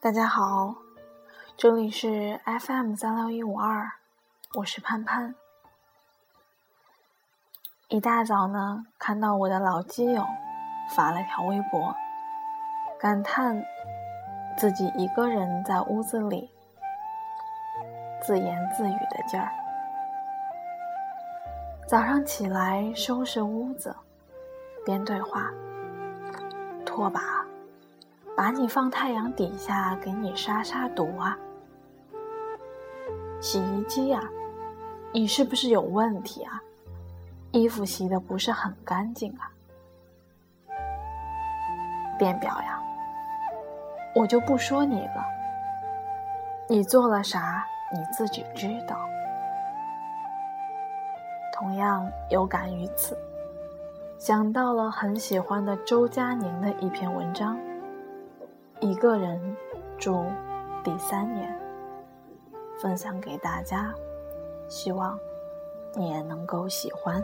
大家好，这里是 FM36152，我是潘潘。一大早呢，看到我的老基友发了条微博，感叹自己一个人在屋子里自言自语的劲儿。早上起来收拾屋子，边对话：拖把你放太阳底下给你杀毒啊！洗衣机啊，你是不是有问题啊？衣服洗得不是很干净啊！电表呀，我就不说你了，你做了啥你自己知道。同样有感于此，想到了很喜欢的周佳宁的一篇文章，一个人住第3年，分享给大家，希望你也能够喜欢。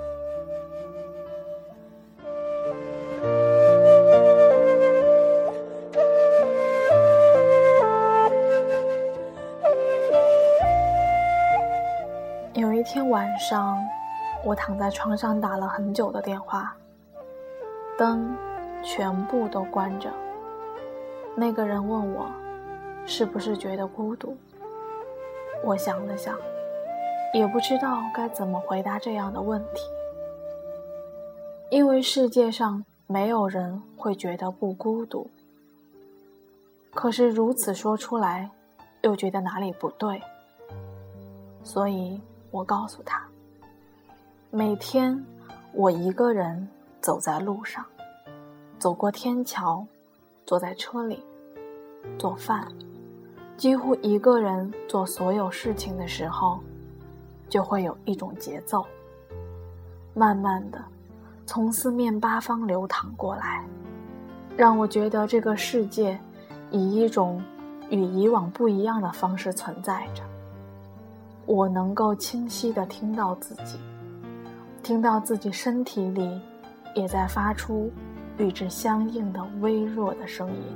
有一天晚上，我躺在床上打了很久的电话，灯全部都关着。那个人问我是不是觉得孤独，我想了想，也不知道该怎么回答这样的问题，因为世界上没有人会觉得不孤独，可是如此说出来又觉得哪里不对，所以我告诉他，每天我一个人走在路上，走过天桥，坐在车里做饭，几乎一个人做所有事情的时候，就会有一种节奏，慢慢的从四面八方流淌过来，让我觉得这个世界以一种与以往不一样的方式存在着。我能够清晰地听到自己，听到自己身体里也在发出与之相应的微弱的声音。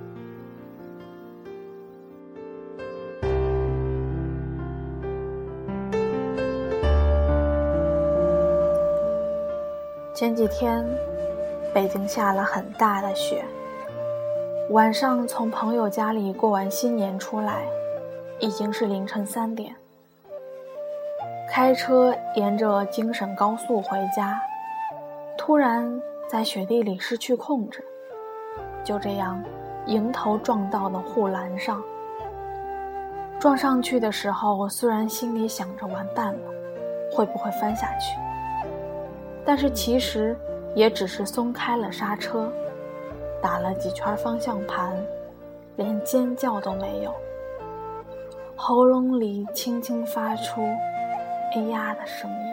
前几天北京下了很大的雪，晚上从朋友家里过完新年出来，已经是凌晨3点。开车沿着京沈高速回家，突然在雪地里失去控制，就这样迎头撞到了护栏上。撞上去的时候，我虽然心里想着完蛋了，会不会翻下去，但是其实也只是松开了刹车，打了几圈方向盘，连尖叫都没有，喉咙里轻轻发出哎呀的声音，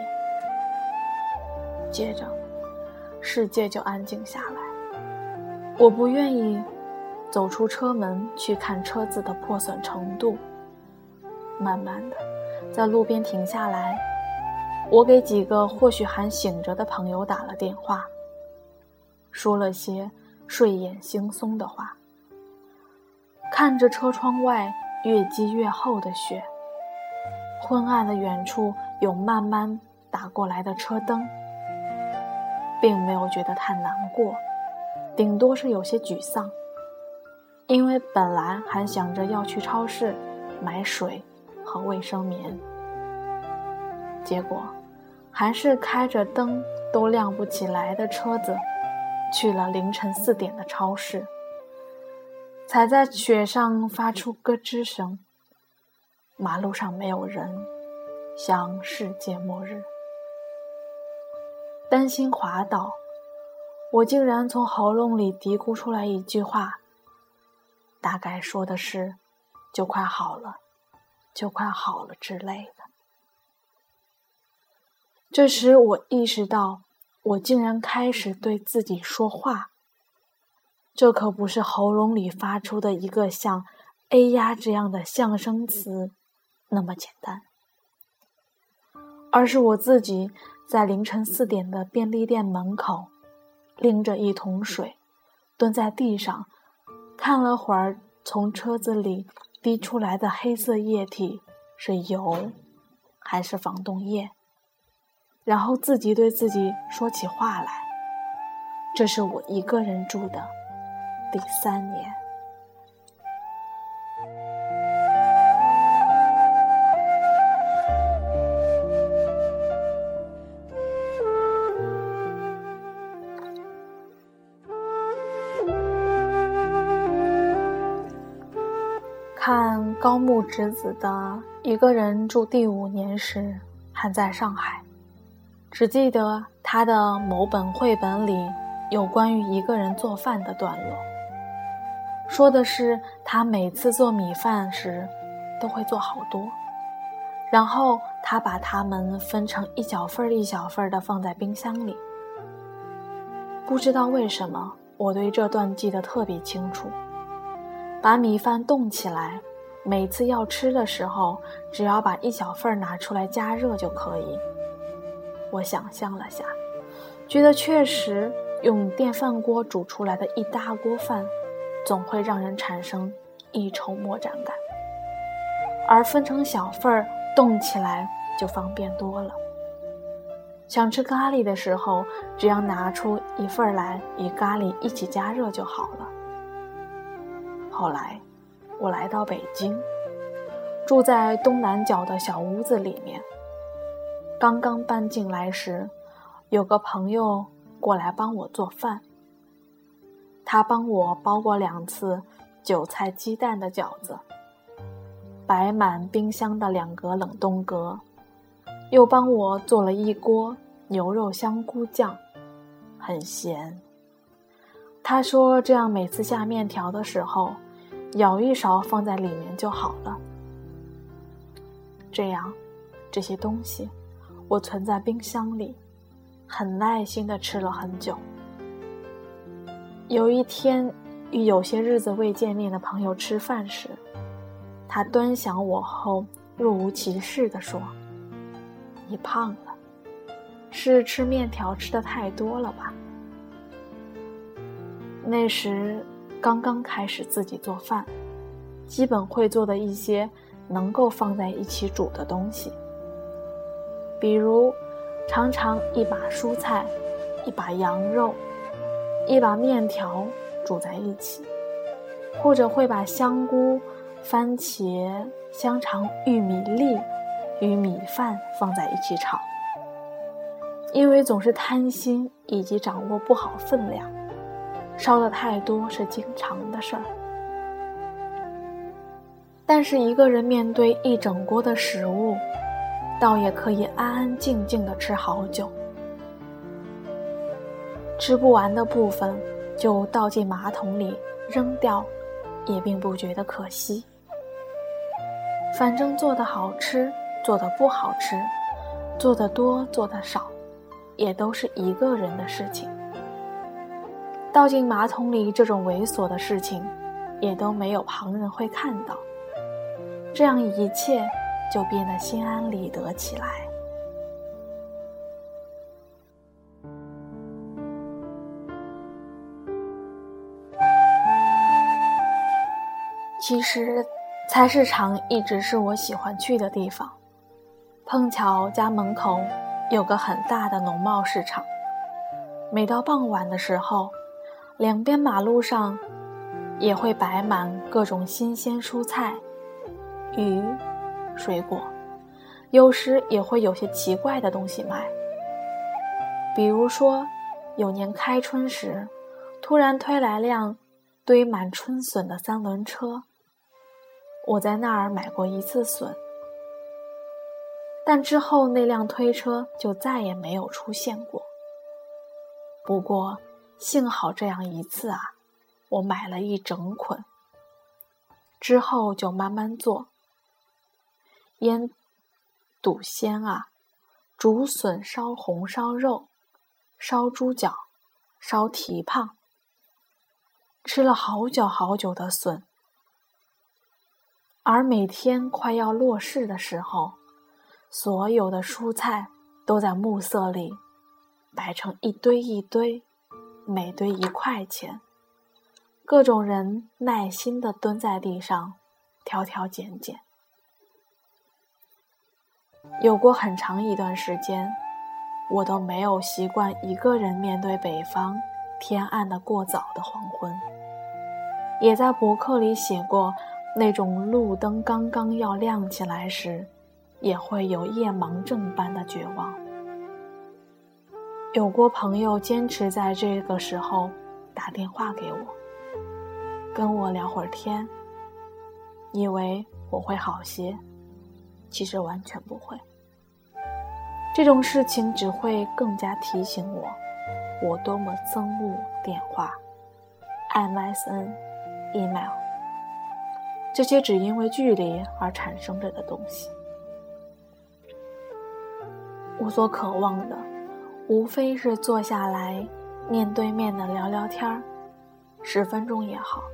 接着世界就安静下来。我不愿意走出车门去看车子的破损程度，慢慢的在路边停下来，我给几个或许还醒着的朋友打了电话，说了些睡眼惺忪的话，看着车窗外越积越厚的雪，昏暗的远处有慢慢打过来的车灯，并没有觉得太难过，顶多是有些沮丧，因为本来还想着要去超市买水和卫生棉，结果还是开着灯都亮不起来的车子去了凌晨4点的超市，踩在雪上发出咯吱声，马路上没有人，像世界末日。担心滑倒，我竟然从喉咙里嘀咕出来一句话，大概说的是就快好了，就快好了之类的。这时我意识到，我竟然开始对自己说话，这可不是喉咙里发出的一个像哎呀这样的象声词那么简单，而是我自己在凌晨4点的便利店门口，拎着一桶水，蹲在地上，看了会儿从车子里滴出来的黑色液体是油还是防冻液，然后自己对自己说起话来。这是我一个人住的第3年。看高木直子的《一个人住第5年》时，还在上海，只记得他的某本绘本里有关于一个人做饭的段落，说的是他每次做米饭时都会做好多，然后他把它们分成一小份一小份的放在冰箱里。不知道为什么，我对这段记得特别清楚。把米饭冻起来，每次要吃的时候，只要把一小份拿出来加热就可以。我想象了下，觉得确实用电饭锅煮出来的一大锅饭，总会让人产生一筹莫展感，而分成小份冻起来就方便多了。想吃咖喱的时候，只要拿出一份来与咖喱一起加热就好了。后来我来到北京，住在东南角的小屋子里面。刚刚搬进来时，有个朋友过来帮我做饭。他帮我包过2次韭菜鸡蛋的饺子，摆满冰箱的2格冷冻格，又帮我做了一锅牛肉香菇酱，很咸。他说这样每次下面条的时候，舀一勺放在里面就好了。这样，这些东西我存在冰箱里，很耐心地吃了很久。有一天，与有些日子未见面的朋友吃饭时，他端详我后若无其事地说：“你胖了，是吃面条吃得太多了吧？”那时刚刚开始自己做饭，基本会做的一些能够放在一起煮的东西，比如常常一把蔬菜、一把羊肉、一把面条煮在一起，或者会把香菇、番茄、香肠、玉米粒与米饭放在一起炒。因为总是贪心以及掌握不好分量，烧得太多是经常的事儿。但是一个人面对一整锅的食物，倒也可以安安静静地吃好久。吃不完的部分就倒进马桶里扔掉，也并不觉得可惜。反正做得好吃，做得不好吃，做得多，做得少，也都是一个人的事情。倒进马桶里这种猥琐的事情，也都没有旁人会看到，这样一切就变得心安理得起来。其实菜市场一直是我喜欢去的地方，碰巧家门口有个很大的农贸市场，每到傍晚的时候，两边马路上也会摆满各种新鲜蔬菜、鱼、水果，有时也会有些奇怪的东西卖。比如说，有年开春时，突然推来辆堆满春笋的3轮车，我在那儿买过一次笋，但之后那辆推车就再也没有出现过。不过幸好这样一次啊，我买了一整捆，之后就慢慢做。腌笃鲜啊，竹笋烧红烧肉，烧猪脚，烧蹄膀，吃了好久好久的笋。而每天快要落市的时候，所有的蔬菜都在暮色里摆成一堆一堆，每堆1块钱， 各种人耐心地蹲在地上，挑挑拣拣。有过很长一段时间，我都没有习惯一个人面对北方天暗得过早的黄昏。也在博客里写过，那种路灯刚刚要亮起来时，也会有夜盲症般的绝望。有过朋友坚持在这个时候打电话给我，跟我聊会儿天，以为我会好些，其实完全不会。这种事情只会更加提醒我多么憎恶电话、MSN、email 这些只因为距离而产生着的东西。我所渴望的无非是坐下来面对面的聊聊天，10分钟也好。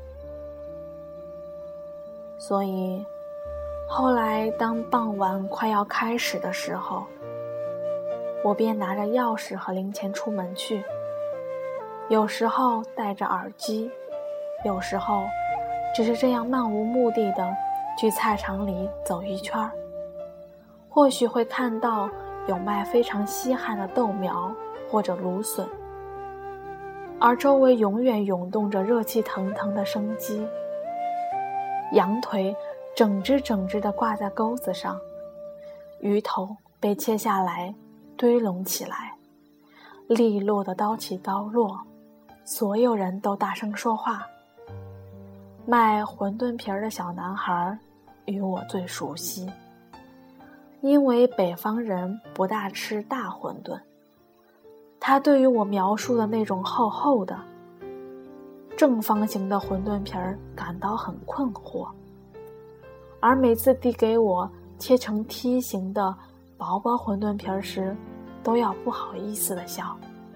所以后来当傍晚快要开始的时候，我便拿着钥匙和零钱出门去，有时候戴着耳机，有时候只是这样漫无目的的去菜场里走一圈，或许会看到有卖非常稀罕的豆苗或者芦笋，而周围永远涌动着热气腾腾的生机。羊腿整只整只地挂在钩子上，鱼头被切下来堆拢起来，利落的刀起刀落，所有人都大声说话。卖馄饨皮儿的小男孩与我最熟悉，因为北方人不大吃大馄饨，他对于我描述的那种厚厚的正方形的馄饨皮儿感到很困惑，而每次递给我切成梯形的薄薄馄饨皮儿时，都要不好意思地笑。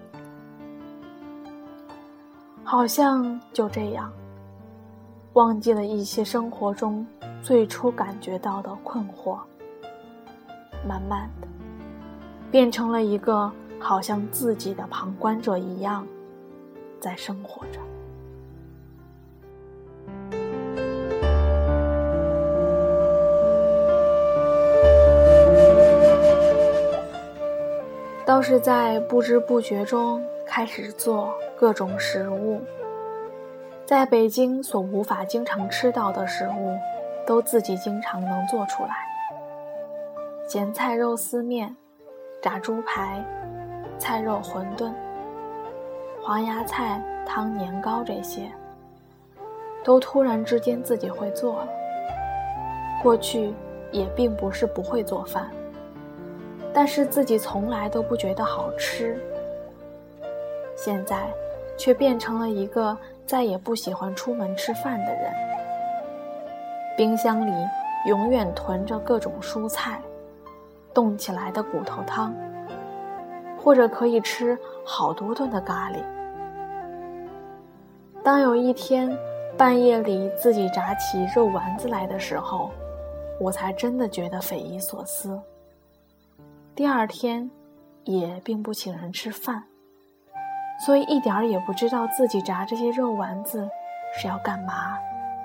好像就这样忘记了一些生活中最初感觉到的困惑，慢慢的变成了一个好像自己的旁观者一样在生活着。倒是在不知不觉中开始做各种食物，在北京所无法经常吃到的食物，都自己经常能做出来。咸菜肉丝面、炸猪排、菜肉馄饨、黄芽菜汤年糕，这些都突然之间自己会做了。过去也并不是不会做饭，但是自己从来都不觉得好吃，现在却变成了一个再也不喜欢出门吃饭的人。冰箱里永远囤着各种蔬菜，冻起来的骨头汤，或者可以吃好多顿的咖喱。当有一天半夜里自己炸起肉丸子来的时候，我才真的觉得匪夷所思。第二天也并不请人吃饭，所以一点儿也不知道自己炸这些肉丸子是要干嘛。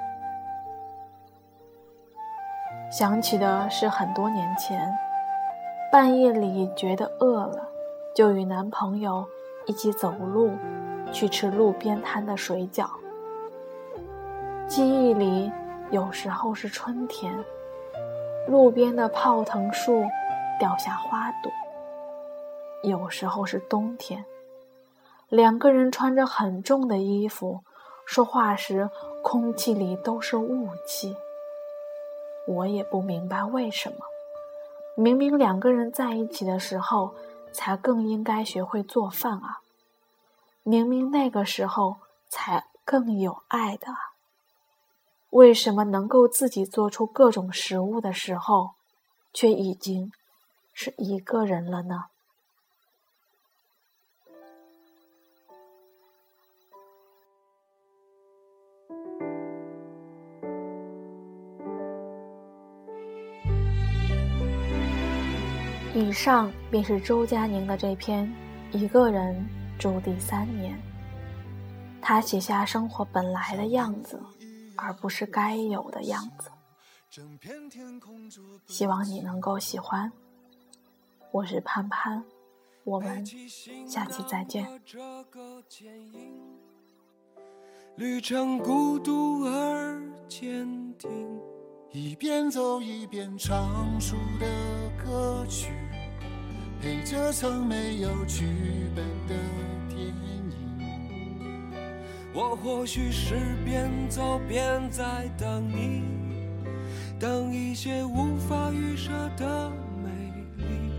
想起的是很多年前，半夜里觉得饿了，就与男朋友一起走路去吃路边摊的水饺。记忆里有时候是春天，路边的泡腾树掉下花朵，有时候是冬天，两个人穿着很重的衣服，说话时空气里都是雾气。我也不明白为什么，明明两个人在一起的时候才更应该学会做饭啊，明明那个时候才更有爱的啊，为什么能够自己做出各种食物的时候，却已经是一个人了呢？以上便是周佳宁的这篇《一个人住第3年》。 他写下生活本来的样子，而不是该有的样子。希望你能够喜欢。我是潘潘，我们下期再见。 旅程孤独而坚定， 一边走一边唱出的歌曲，陪着曾没有剧本的电影。 我或许是边走边在等你，等一些无法预设的美丽。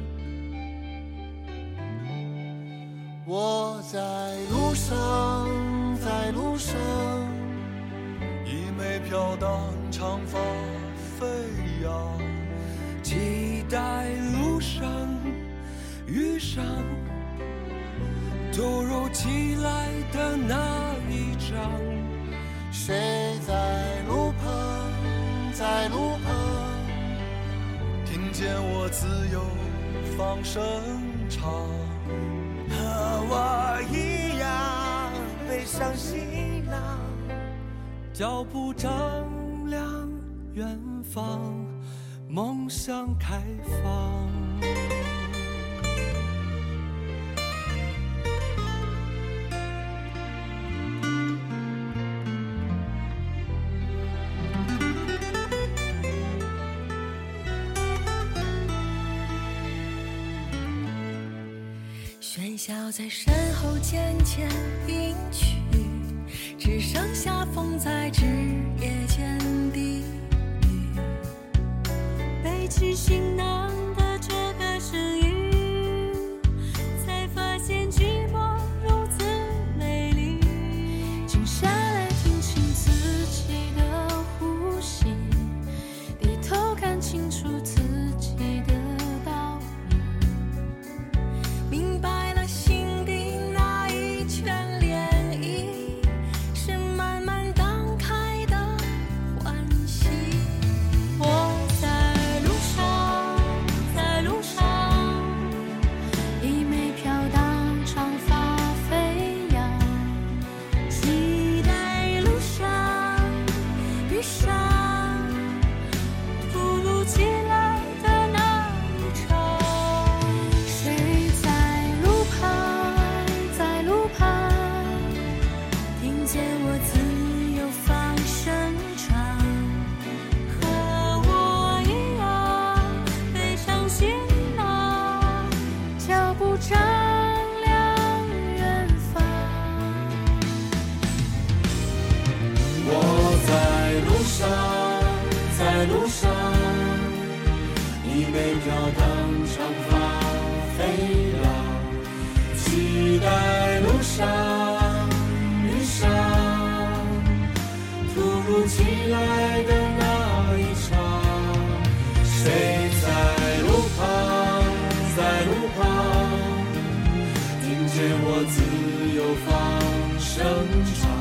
我在路上，在路上， 一枚飘荡长发飞扬，期待路上遇上突如其来的那一场。 谁在路旁，在路旁， 听见我自由放声唱， 和我一样背上行囊， 脚步丈量远方，梦想开放。 喧嚣在身后渐渐隐去，只剩下风在枝叶间低语。背起行囊的这个声音，才发现寂寞如此美丽。静下来听清自己的呼吸，低头看清楚自己的道理，明白在路上，一枚飘荡长发飞扬，期待路上遇上突如其来的那一场。谁在路旁，在路旁，听见我自由放声唱。